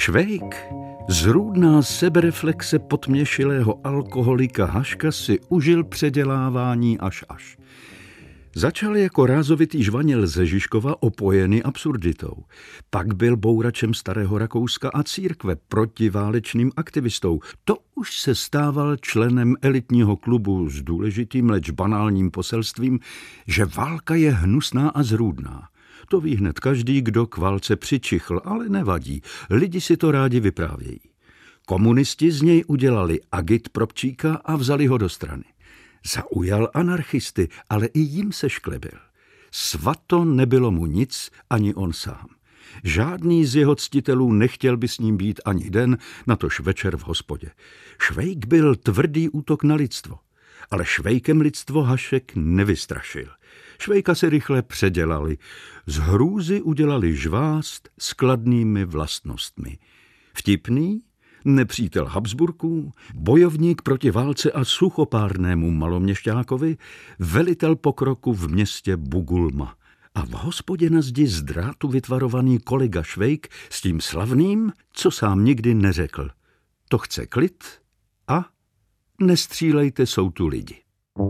Švejk, zrůdná sebereflexe podměšilého alkoholika Haška, si užil předělávání až. Začal jako rázovitý žvaněl ze Žižkova opojený absurditou. Pak byl bouračem starého Rakouska a církve, protiválečným aktivistou. To už se stával členem elitního klubu s důležitým, leč banálním poselstvím, že válka je hnusná a zrůdná. To ví hned každý, kdo k válce přičichl, ale nevadí, lidi si to rádi vyprávějí. Komunisti z něj udělali agit propčíka a vzali ho do strany. Zaujal anarchisty, ale i jim se šklebil. Svato nebylo mu nic, ani on sám. Žádný z jeho ctitelů nechtěl by s ním být ani den, natož večer v hospodě. Švejk byl tvrdý útok na lidstvo, ale Švejkem lidstvo Hašek nevystrašil. Švejka se rychle předělali, z hrůzy udělali žvást s kladnými vlastnostmi. Vtipný, nepřítel Habsburků, bojovník proti válce a suchopárnému maloměšťákovi, velitel pokroku v městě Bugulma. A v hospodě na zdi z drátu vytvarovaný kolega Švejk s tím slavným, co sám nikdy neřekl. To chce klid a nestřílejte, jsou tu lidi.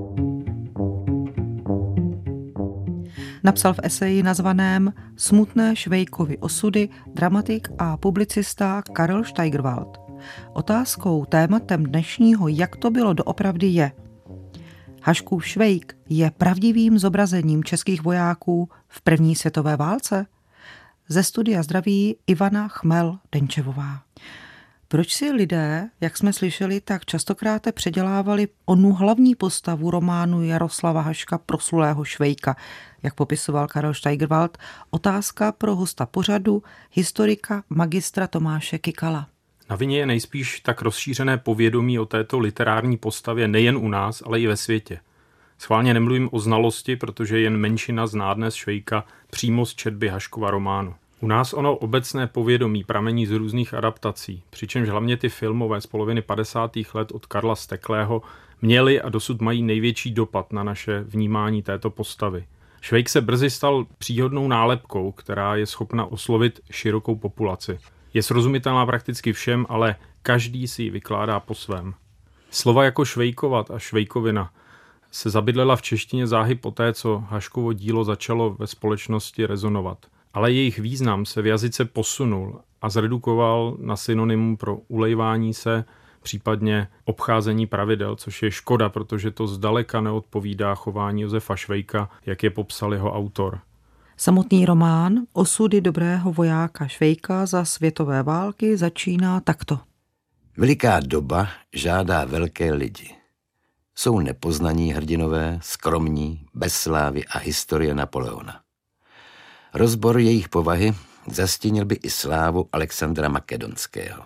Napsal v eseji nazvaném Smutné Švejkovy osudy dramatik a publicista Karel Steigerwald. Otázkou, tématem dnešního Jak to bylo doopravdy je: Haškův Švejk je pravdivým zobrazením českých vojáků v první světové válce? Ze studia zdraví Ivana Chmel-Denčevová. Proč si lidé, jak jsme slyšeli, tak častokrát předělávali onu hlavní postavu románu Jaroslava Haška Proslulého Švejka, jak popisoval Karel Steigerwald? Otázka pro hosta pořadu, historika magistra Tomáše Kykala. Na vině je nejspíš tak rozšířené povědomí o této literární postavě nejen u nás, ale i ve světě. Schválně nemluvím o znalosti, protože jen menšina zná dnes Švejka přímo z četby Haškova románu. U nás ono obecné povědomí pramení z různých adaptací, přičemž hlavně ty filmové z poloviny 50. let od Karla Steklého měly a dosud mají největší dopad na naše vnímání této postavy. Švejk se brzy stal příhodnou nálepkou, která je schopna oslovit širokou populaci. Je srozumitelná prakticky všem, ale každý si ji vykládá po svém. Slova jako švejkovat a švejkovina se zabydlela v češtině záhy poté, co Haškovo dílo začalo ve společnosti rezonovat. Ale jejich význam se v jazyce posunul a zredukoval na synonymum pro ulejvání se, případně obcházení pravidel, což je škoda, protože to zdaleka neodpovídá chování Josefa Švejka, jak je popsal jeho autor. Samotný román Osudy dobrého vojáka Švejka za světové války začíná takto. Veliká doba žádá velké lidi. Jsou nepoznaní hrdinové, skromní, bez slávy a historie Napoleona. Rozbor jejich povahy zastínil by i slávu Alexandra Makedonského.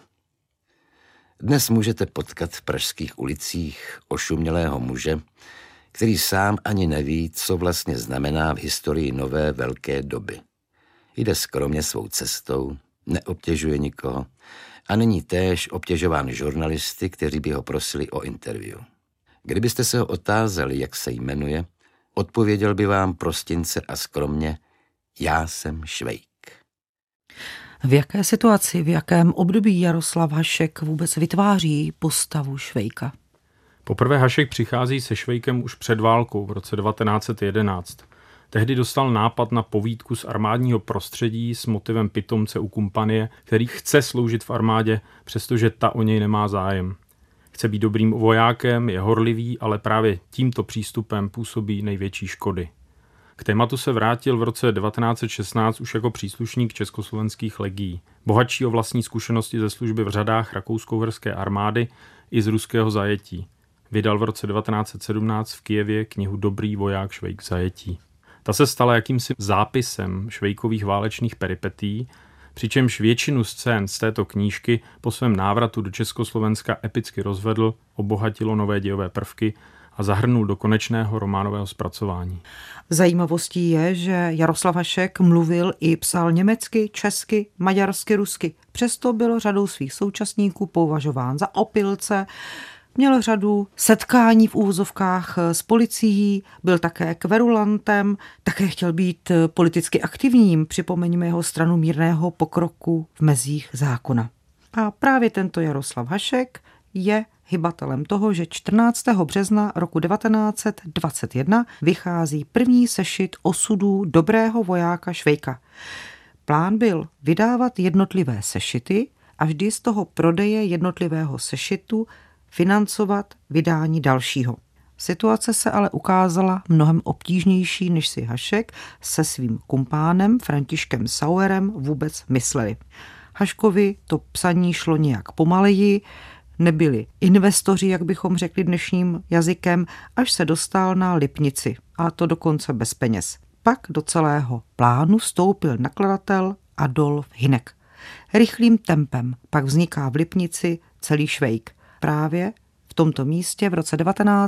Dnes můžete potkat v pražských ulicích ošumělého muže, který sám ani neví, co vlastně znamená v historii nové velké doby. Jde skromně svou cestou, neobtěžuje nikoho a není též obtěžován žurnalisty, kteří by ho prosili o interview. Kdybyste se ho otázali, jak se jmenuje, odpověděl by vám prostince a skromně: já jsem Švejk. V jaké situaci, v jakém období Jaroslav Hašek vůbec vytváří postavu Švejka? Poprvé Hašek přichází se Švejkem už před válkou v roce 1911. Tehdy dostal nápad na povídku z armádního prostředí s motivem pitomce u kumpanie, který chce sloužit v armádě, přestože ta o něj nemá zájem. Chce být dobrým vojákem, je horlivý, ale právě tímto přístupem působí největší škody. K tématu se vrátil v roce 1916 už jako příslušník československých legií. Bohatší o vlastní zkušenosti ze služby v řadách rakousko-uherské armády i z ruského zajetí. Vydal v roce 1917 v Kyjevě knihu Dobrý voják Švejk v zajetí. Ta se stala jakýmsi zápisem Švejkových válečných peripetí, přičemž většinu scén z této knížky po svém návratu do Československa epicky rozvedl, obohatilo nové dějové prvky a zahrnul do konečného románového zpracování. Zajímavostí je, že Jaroslav Hašek mluvil i psal německy, česky, maďarsky, rusky. Přesto byl řadou svých současníků považován za opilce, měl řadu setkání v úvozovkách s policií, byl také kverulantem, také chtěl být politicky aktivním, připomeňme jeho stranu mírného pokroku v mezích zákona. A právě tento Jaroslav Hašek je hybatelem toho, že 14. března roku 1921 vychází první sešit osudů dobrého vojáka Švejka. Plán byl vydávat jednotlivé sešity a vždy z toho prodeje jednotlivého sešitu financovat vydání dalšího. Situace se ale ukázala mnohem obtížnější, než si Hašek se svým kumpánem Františkem Sauerem vůbec mysleli. Haškovi to psaní šlo nějak pomaleji, nebyli investoři, jak bychom řekli dnešním jazykem, až se dostal na Lipnici, a to dokonce bez peněz. Pak do celého plánu vstoupil nakladatel Adolf Hynek. Rychlým tempem pak vzniká v Lipnici celý Švejk. Právě v tomto místě v roce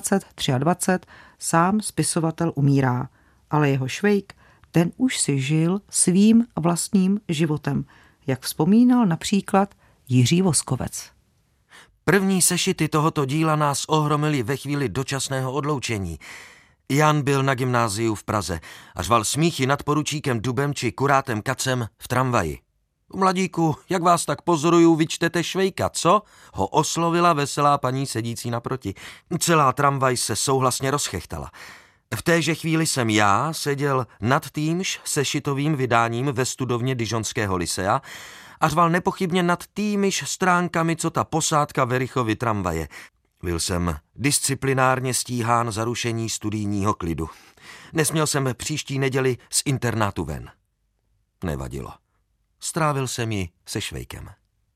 1923 sám spisovatel umírá, ale jeho Švejk, ten už si žil svým vlastním životem, jak vzpomínal například Jiří Voskovec. První sešity tohoto díla nás ohromily ve chvíli dočasného odloučení. Jan byl na gymnáziu v Praze a řval smíchy nad poručíkem Dubem či kurátem Kacem v tramvaji. Mladíku, jak vás tak pozoruju, vy čtete Švejka, co? Ho oslovila veselá paní sedící naproti. Celá tramvaj se souhlasně rozchechtala. V téže chvíli jsem já seděl nad týmž sešitovým vydáním ve studovně Dijonského Lysea a řval nepochybně nad týmiž stránkami, co ta posádka Verichovy tramvaje. Byl jsem disciplinárně stíhán za rušení studijního klidu. Nesměl jsem příští neděli z internátu ven. Nevadilo. Strávil jsem ji se Švejkem.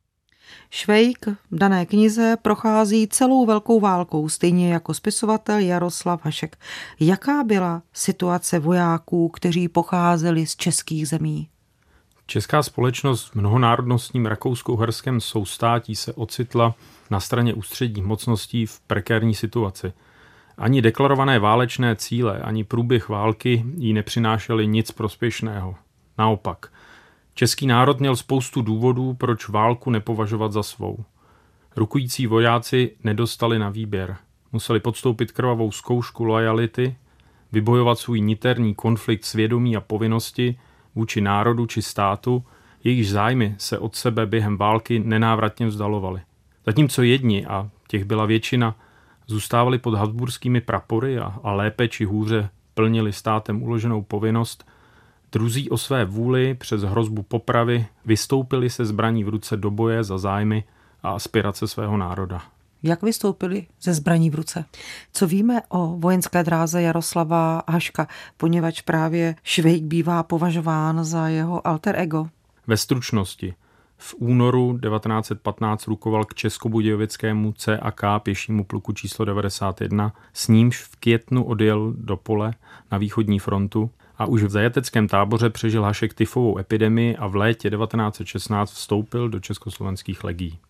Švejk v dané knize prochází celou velkou válkou, stejně jako spisovatel Jaroslav Hašek. Jaká byla situace vojáků, kteří pocházeli z českých zemí? Česká společnost v mnohonárodnostním rakousko-uherském soustátí se ocitla na straně ústředních mocností v prekérní situaci. Ani deklarované válečné cíle, ani průběh války jí nepřinášely nic prospěšného. Naopak, český národ měl spoustu důvodů, proč válku nepovažovat za svou. Rukující vojáci nedostali na výběr. Museli podstoupit krvavou zkoušku loajality, vybojovat svůj niterní konflikt svědomí a povinnosti vůči národu či státu, jejichž zájmy se od sebe během války nenávratně vzdalovaly. Zatímco jedni, a těch byla většina, zůstávali pod habsburskými prapory a lépe či hůře plnili státem uloženou povinnost, druzí o své vůli přes hrozbu popravy vystoupili se zbraní v ruce do boje za zájmy a aspirace svého národa. Jak vystoupili ze zbraní v ruce? Co víme o vojenské dráze Jaroslava Haška, poněvadž právě Švejk bývá považován za jeho alter ego? Ve stručnosti. V únoru 1915 rukoval k českobudějovickému CAK pěšímu pluku číslo 91, s nímž v květnu odjel do pole na východní frontu a už v zajateckém táboře přežil Hašek tyfovou epidemii a v létě 1916 vstoupil do československých legií.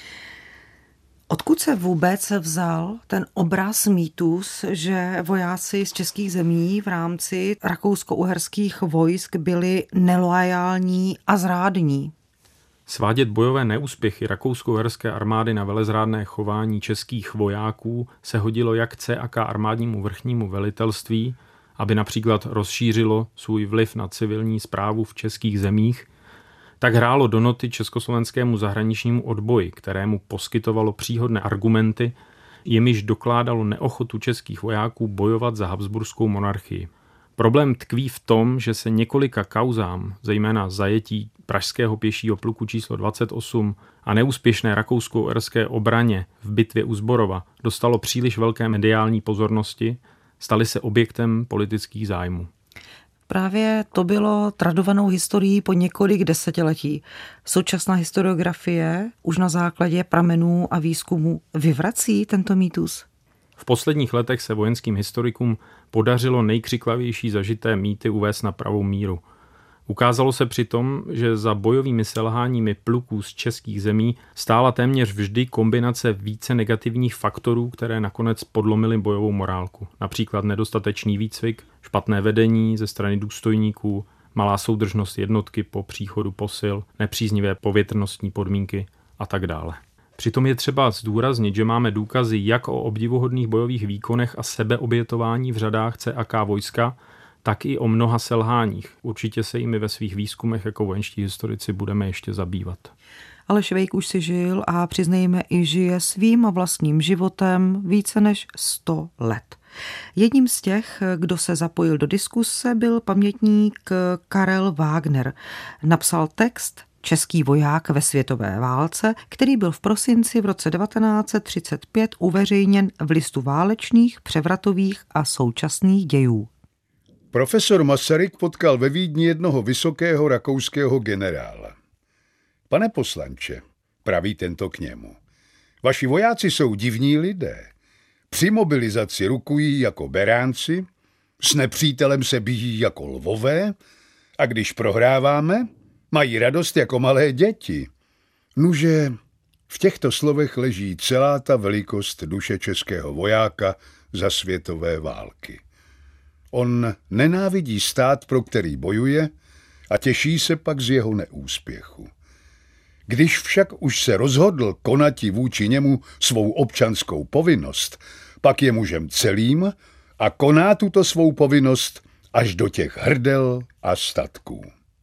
Odkud se vůbec vzal ten obraz mýtus, že vojáci z českých zemí v rámci rakousko-uherských vojsk byli neloajální a zrádní? Svádět bojové neúspěchy rakousko-uherské armády na velezrádné chování českých vojáků se hodilo jak CAK armádnímu vrchnímu velitelství, aby například rozšířilo svůj vliv na civilní správu v českých zemích, tak hrálo do noty československému zahraničnímu odboji, kterému poskytovalo příhodné argumenty, jimiž dokládalo neochotu českých vojáků bojovat za habsburskou monarchii. Problém tkví v tom, že se několika kauzám, zejména zajetí pražského pěšího pluku číslo 28 a neúspěšné rakousko-uherské obraně v bitvě u Zborova, dostalo příliš velké mediální pozornosti, staly se objektem politických zájmů. Právě to bylo tradovanou historií po několik desetiletí. Současná historiografie už na základě pramenů a výzkumů vyvrací tento mýtus? V posledních letech se vojenským historikům podařilo nejkřiklavější zažité mýty uvést na pravou míru. Ukázalo se přitom, že za bojovými selháními pluků z českých zemí stála téměř vždy kombinace více negativních faktorů, které nakonec podlomily bojovou morálku. Například nedostatečný výcvik, špatné vedení ze strany důstojníků, malá soudržnost jednotky po příchodu posil, nepříznivé povětrnostní podmínky a tak dále. Přitom je třeba zdůraznit, že máme důkazy jak o obdivuhodných bojových výkonech a sebeobětování v řadách CAK vojska, tak i o mnoha selháních. Určitě se jimi ve svých výzkumech jako vojenští historici budeme ještě zabývat. ale Švejk už si žil a přiznejme i žije svým vlastním životem více než 100 let. Jedním z těch, kdo se zapojil do diskuse, byl pamětník Karel Wagner. Napsal text Český voják ve světové válce, který byl v prosinci v roce 1935 uveřejněn v listu válečných, převratových a současných dějů. Profesor Masaryk potkal ve Vídni jednoho vysokého rakouského generála. Pane poslanče, praví tento k němu, vaši vojáci jsou divní lidé. Při mobilizaci rukují jako beránci, s nepřítelem se bijí jako lvové a když prohráváme, mají radost jako malé děti. Nuže, v těchto slovech leží celá ta velikost duše českého vojáka za světové války. On nenávidí stát, pro který bojuje, a těší se pak z jeho neúspěchu. Když však už se rozhodl konati vůči němu svou občanskou povinnost, pak je mužem celým a koná tuto svou povinnost až do těch hrdel a statků.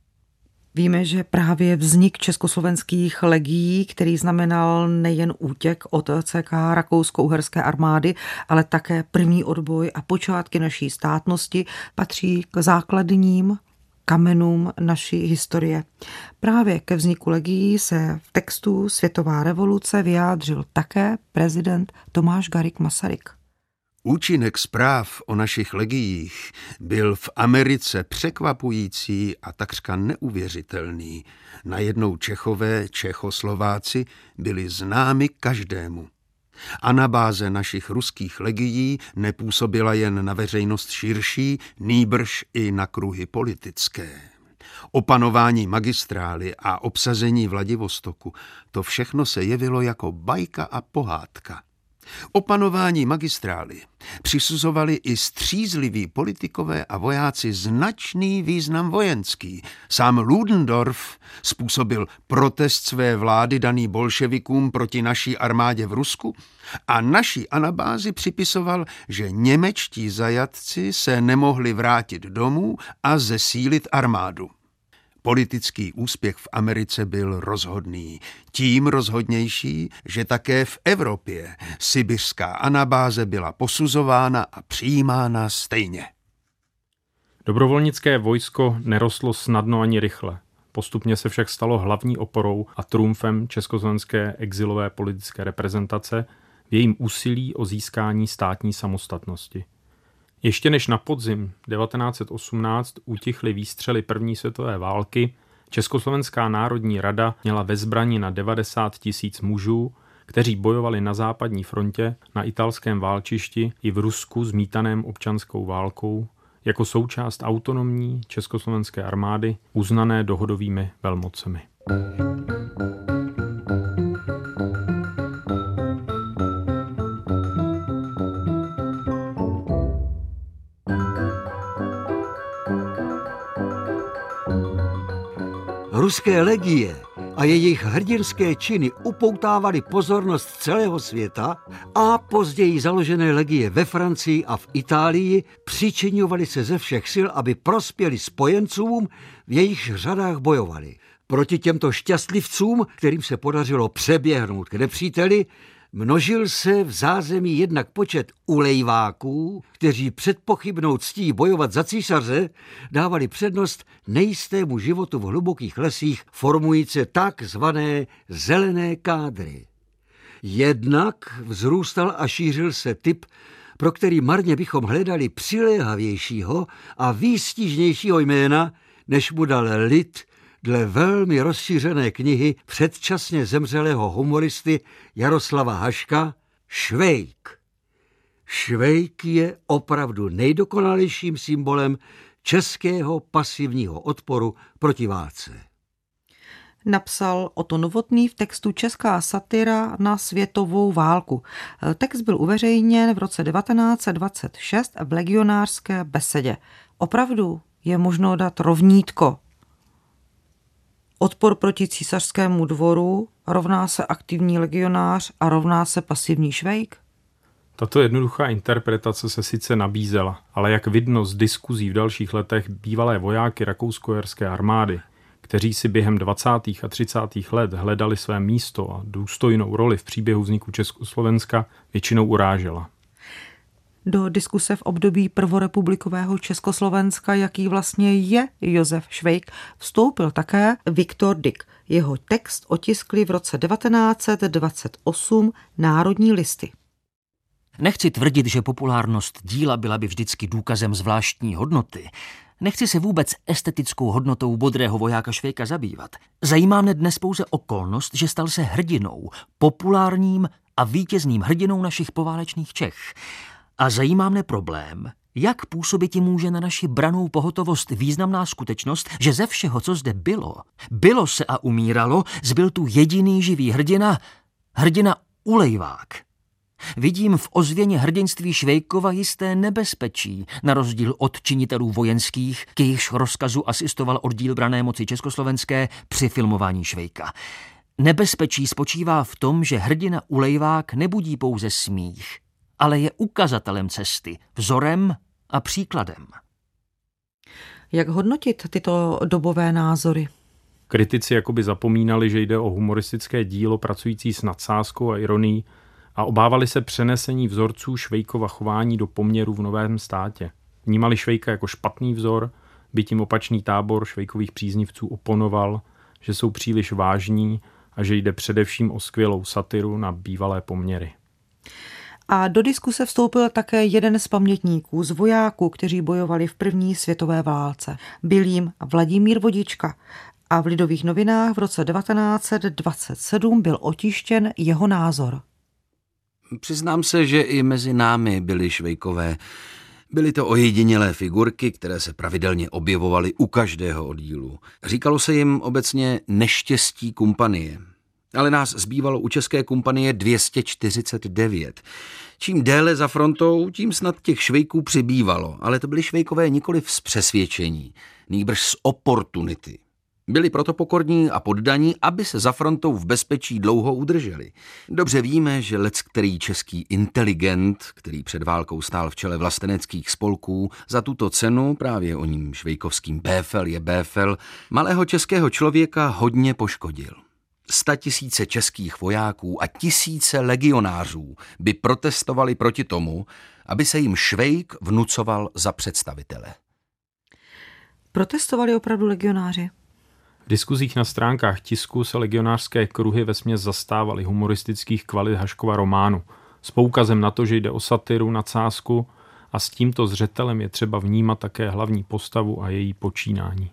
Víme, že právě vznik československých legií, který znamenal nejen útěk od CK rakousko-uherské armády, ale také první odboj a počátky naší státnosti, patří k základním kamenům naší historie. Právě ke vzniku legií se v textu Světová revoluce vyjádřil také prezident Tomáš Garrigue Masaryk. Účinek zpráv o našich legiích byl v Americe překvapující a takřka neuvěřitelný. Najednou Čechové, Čechoslováci byli známi každému. Anabáze našich ruských legií nepůsobila jen na veřejnost širší, nýbrž i na kruhy politické. Opanování magistrály a obsazení Vladivostoku, to všechno se jevilo jako bajka a pohádka. Opanování magistrály přisuzovali i střízliví politikové a vojáci značný význam vojenský. Sám Ludendorff způsobil protest své vlády daný bolševikům proti naší armádě v Rusku a naší anabázi připisoval, že němečtí zajatci se nemohli vrátit domů a zesílit armádu. Politický úspěch v Americe byl rozhodný. Tím rozhodnější, že také v Evropě sibiřská anabáze byla posuzována a přijímána stejně. Dobrovolnické vojsko nerostlo snadno ani rychle. Postupně se však stalo hlavní oporou a trumfem československé exilové politické reprezentace v jejím úsilí o získání státní samostatnosti. Ještě než na podzim 1918 utichly výstřely první světové války, Československá národní rada měla ve zbrani na 90 000 mužů, kteří bojovali na západní frontě, na italském válčišti i v Rusku zmítaném občanskou válkou, jako součást autonomní československé armády uznané dohodovými velmocemi. Ruské legie a jejich hrdinské činy upoutávaly pozornost celého světa a později založené legie ve Francii a v Itálii přičiňovaly se ze všech sil, aby prospěli spojencům, v jejich řadách bojovali. Proti těmto šťastlivcům, kterým se podařilo přeběhnout k nepříteli, množil se v zázemí jednak počet ulejváků, kteří před pochybnou ctí bojovat za císaře dávali přednost nejistému životu v hlubokých lesích formující takzvané zelené kádry. Jednak vzrůstal a šířil se typ, pro který marně bychom hledali přiléhavějšího a výstižnějšího jména, než mu dal lid dle velmi rozšířené knihy předčasně zemřelého humoristy Jaroslava Haška, Švejk. Švejk je opravdu nejdokonalejším symbolem českého pasivního odporu proti válce. Napsal Otto Novotný v textu Česká satyra na světovou válku. Text byl uveřejněn v roce 1926 v legionářské besedě. Opravdu je možno dát rovnítko. Odpor proti císařskému dvoru rovná se aktivní legionář a rovná se pasivní švejk? Tato jednoduchá interpretace se sice nabízela, ale jak vidno z diskuzí v dalších letech bývalé vojáky rakousko-uherské armády, kteří si během 20. a 30. let hledali své místo a důstojnou roli v příběhu vzniku Československa, většinou urážela. Do diskuse v období prvorepublikového Československa, jaký vlastně je Josef Švejk, vstoupil také Viktor Dyk. Jeho text otiskli v roce 1928 Národní listy. Nechci tvrdit, že populárnost díla byla by vždycky důkazem zvláštní hodnoty. Nechci se vůbec estetickou hodnotou Bodrého vojáka Švejka zabývat. Zajímá mne dnes pouze okolnost, že stal se hrdinou, populárním a vítězným hrdinou našich poválečných Čech. A zajímá mne problém, jak působit může na naši brannou pohotovost významná skutečnost, že ze všeho, co zde bylo se a umíralo, zbyl tu jediný živý hrdina Ulejvák. Vidím v ozvěně hrdinství Švejkova jisté nebezpečí, na rozdíl od činitelů vojenských, k jejichž rozkazu asistoval oddíl branné moci československé při filmování Švejka. Nebezpečí spočívá v tom, že hrdina Ulejvák nebudí pouze smích, ale je ukazatelem cesty, vzorem a příkladem. Jak hodnotit tyto dobové názory? Kritici jakoby zapomínali, že jde o humoristické dílo pracující s nadsázkou a ironií a obávali se přenesení vzorců Švejkova chování do poměru v novém státě. Vnímali Švejka jako špatný vzor, byť jim opačný tábor Švejkových příznivců oponoval, že jsou příliš vážní a že jde především o skvělou satiru na bývalé poměry. A do diskuse vstoupil také jeden z pamětníků, z vojáků, kteří bojovali v první světové válce. Byl jím Vladimír Vodička a v Lidových novinách v roce 1927 byl otištěn jeho názor. Přiznám se, že i mezi námi byli Švejkové. Byly to ojedinělé figurky, které se pravidelně objevovaly u každého oddílu. Říkalo se jim obecně neštěstí kompanie. Ale nás zbývalo u české kompanie 249. Čím déle za frontou, tím snad těch Švejků přibývalo, ale to byli Švejkové nikoliv z přesvědčení, nýbrž z oportunity. Byli proto pokorní a poddaní, aby se za frontou v bezpečí dlouho udrželi. Dobře víme, že leckterý český inteligent, který před válkou stál v čele vlasteneckých spolků, za tuto cenu, právě o ním švejkovským Béfel je Béfel, malého českého člověka hodně poškodil. 100 000 českých vojáků a tisíce legionářů by protestovali proti tomu, aby se jim Švejk vnucoval za představitele. Protestovali opravdu legionáři? V diskuzích na stránkách tisku se legionářské kruhy vesměs zastávaly humoristických kvalit Haškova románu s poukazem na to, že jde o satiru, nadsázku a s tímto zřetelem je třeba vnímat také hlavní postavu a její počínání.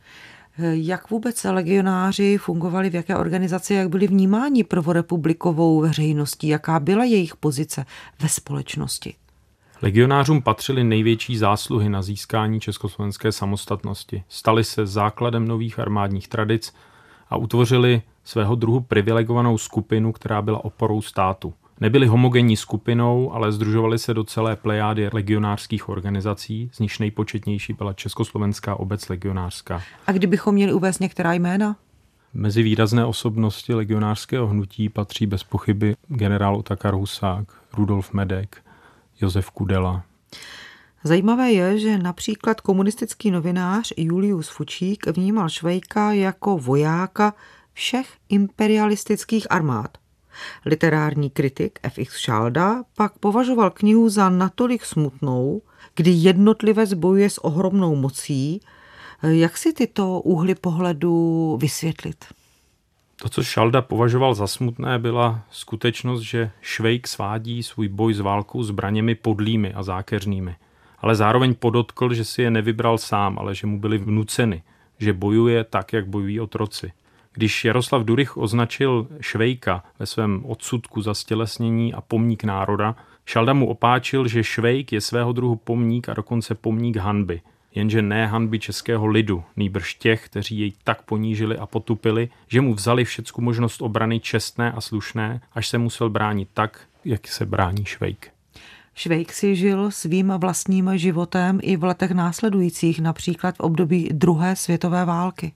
Jak vůbec legionáři fungovali, v jaké organizaci, jak byli vnímáni prvorepublikovou veřejností, jaká byla jejich pozice ve společnosti? Legionářům patřily největší zásluhy na získání československé samostatnosti. Stali se základem nových armádních tradic a utvořili svého druhu privilegovanou skupinu, která byla oporou státu. Nebyli homogenní skupinou, ale sdružovali se do celé plejády legionářských organizací, z nichž nejpočetnější byla Československá obec legionářská. A kdybychom měli uvést některá jména? Mezi výrazné osobnosti legionářského hnutí patří bez pochyby generál Otakar Husák, Rudolf Medek, Josef Kudela. Zajímavé je, že například komunistický novinář Julius Fučík vnímal Švejka jako vojáka všech imperialistických armád. Literární kritik F.X. Šalda pak považoval knihu za natolik smutnou, kdy jednotlivec bojuje s ohromnou mocí. Jak si tyto úhly pohledu vysvětlit? To, co Šalda považoval za smutné, byla skutečnost, že Švejk svádí svůj boj s válkou zbraněmi podlými a zákeřnými. Ale zároveň podotkl, že si je nevybral sám, ale že mu byly vnuceny, že bojuje tak, jak bojují otroci. Když Jaroslav Durych označil Švejka ve svém odsudku za stělesnění a pomník národa, Šalda mu opáčil, že Švejk je svého druhu pomník a dokonce pomník hanby. Jenže ne hanby českého lidu, nýbrž těch, kteří jej tak ponížili a potupili, že mu vzali všecku možnost obrany čestné a slušné, až se musel bránit tak, jak se brání Švejk. Švejk si žil svým vlastním životem i v letech následujících, například v období druhé světové války.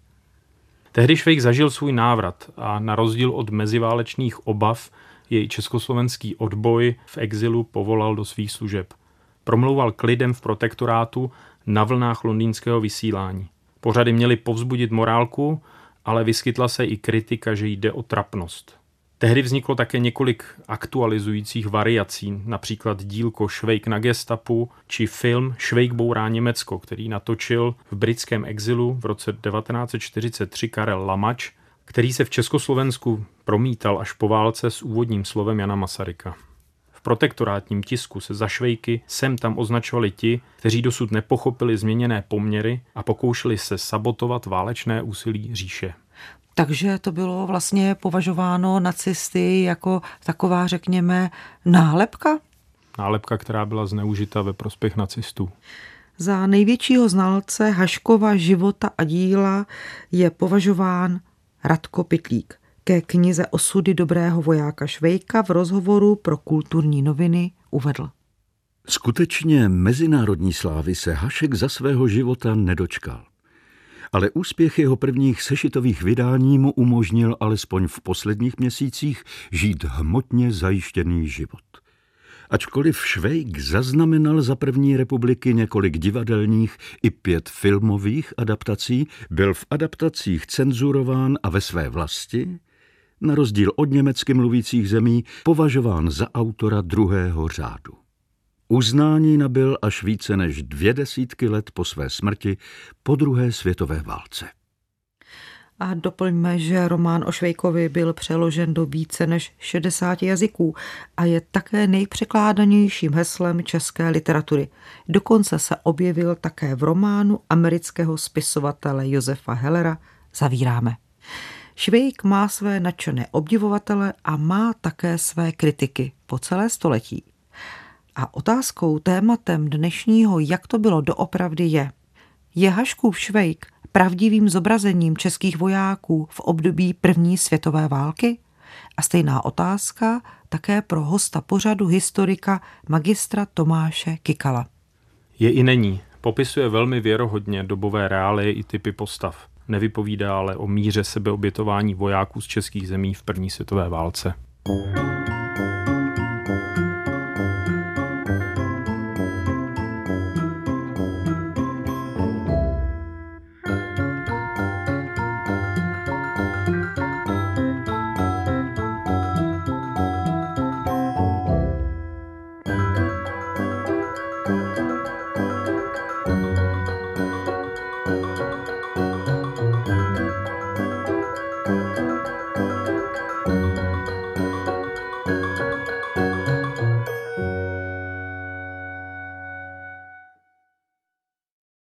Tehdy Švejk zažil svůj návrat a na rozdíl od meziválečných obav jej československý odboj v exilu povolal do svých služeb. Promlouval k lidem v protektorátu na vlnách londýnského vysílání. Pořady měly povzbudit morálku ale vyskytla se i kritika, že jde o trapnost. Tehdy vzniklo také několik aktualizujících variací, například dílko Švejk na gestapu či film Švejk bourá Německo, který natočil v britském exilu v roce 1943 Karel Lamač, který se v Československu promítal až po válce s úvodním slovem Jana Masaryka. V protektorátním tisku se za Švejky sem tam označovali ti, kteří dosud nepochopili změněné poměry a pokoušeli se sabotovat válečné úsilí říše. Takže to bylo vlastně považováno nacisty jako taková, řekněme, nálepka? Nálepka, která byla zneužita ve prospěch nacistů. Za největšího znalce Haškova života a díla je považován Radko Pytlík. Ke knize Osudy dobrého vojáka Švejka v rozhovoru pro Kulturní noviny uvedl. Skutečně mezinárodní slávy se Hašek za svého života nedočkal. Ale úspěch jeho prvních sešitových vydání mu umožnil alespoň v posledních měsících žít hmotně zajištěný život. Ačkoliv Švejk zaznamenal za první republiky několik divadelních i 5 filmových adaptací, byl v adaptacích cenzurován a ve své vlasti, na rozdíl od německy mluvících zemí, považován za autora druhého řádu. Uznání nabyl až více než 20 let po své smrti po druhé světové válce. A doplňme, že román o Švejkovi byl přeložen do více než 60 jazyků a je také nejpřekládanějším heslem české literatury. Dokonce se objevil také v románu amerického spisovatele Josefa Hellera Zavíráme. Švejk má své nadšené obdivovatele a má také své kritiky po celé století. A otázkou, tématem dnešního Jak to bylo doopravdy je Haškův Švejk pravdivým zobrazením českých vojáků v období první světové války? A stejná otázka také pro hosta pořadu historika magistra Tomáše Kykala. Je i není. Popisuje velmi věrohodně dobové reálie i typy postav. Nevypovídá ale o míře sebeobětování vojáků z českých zemí v první světové válce.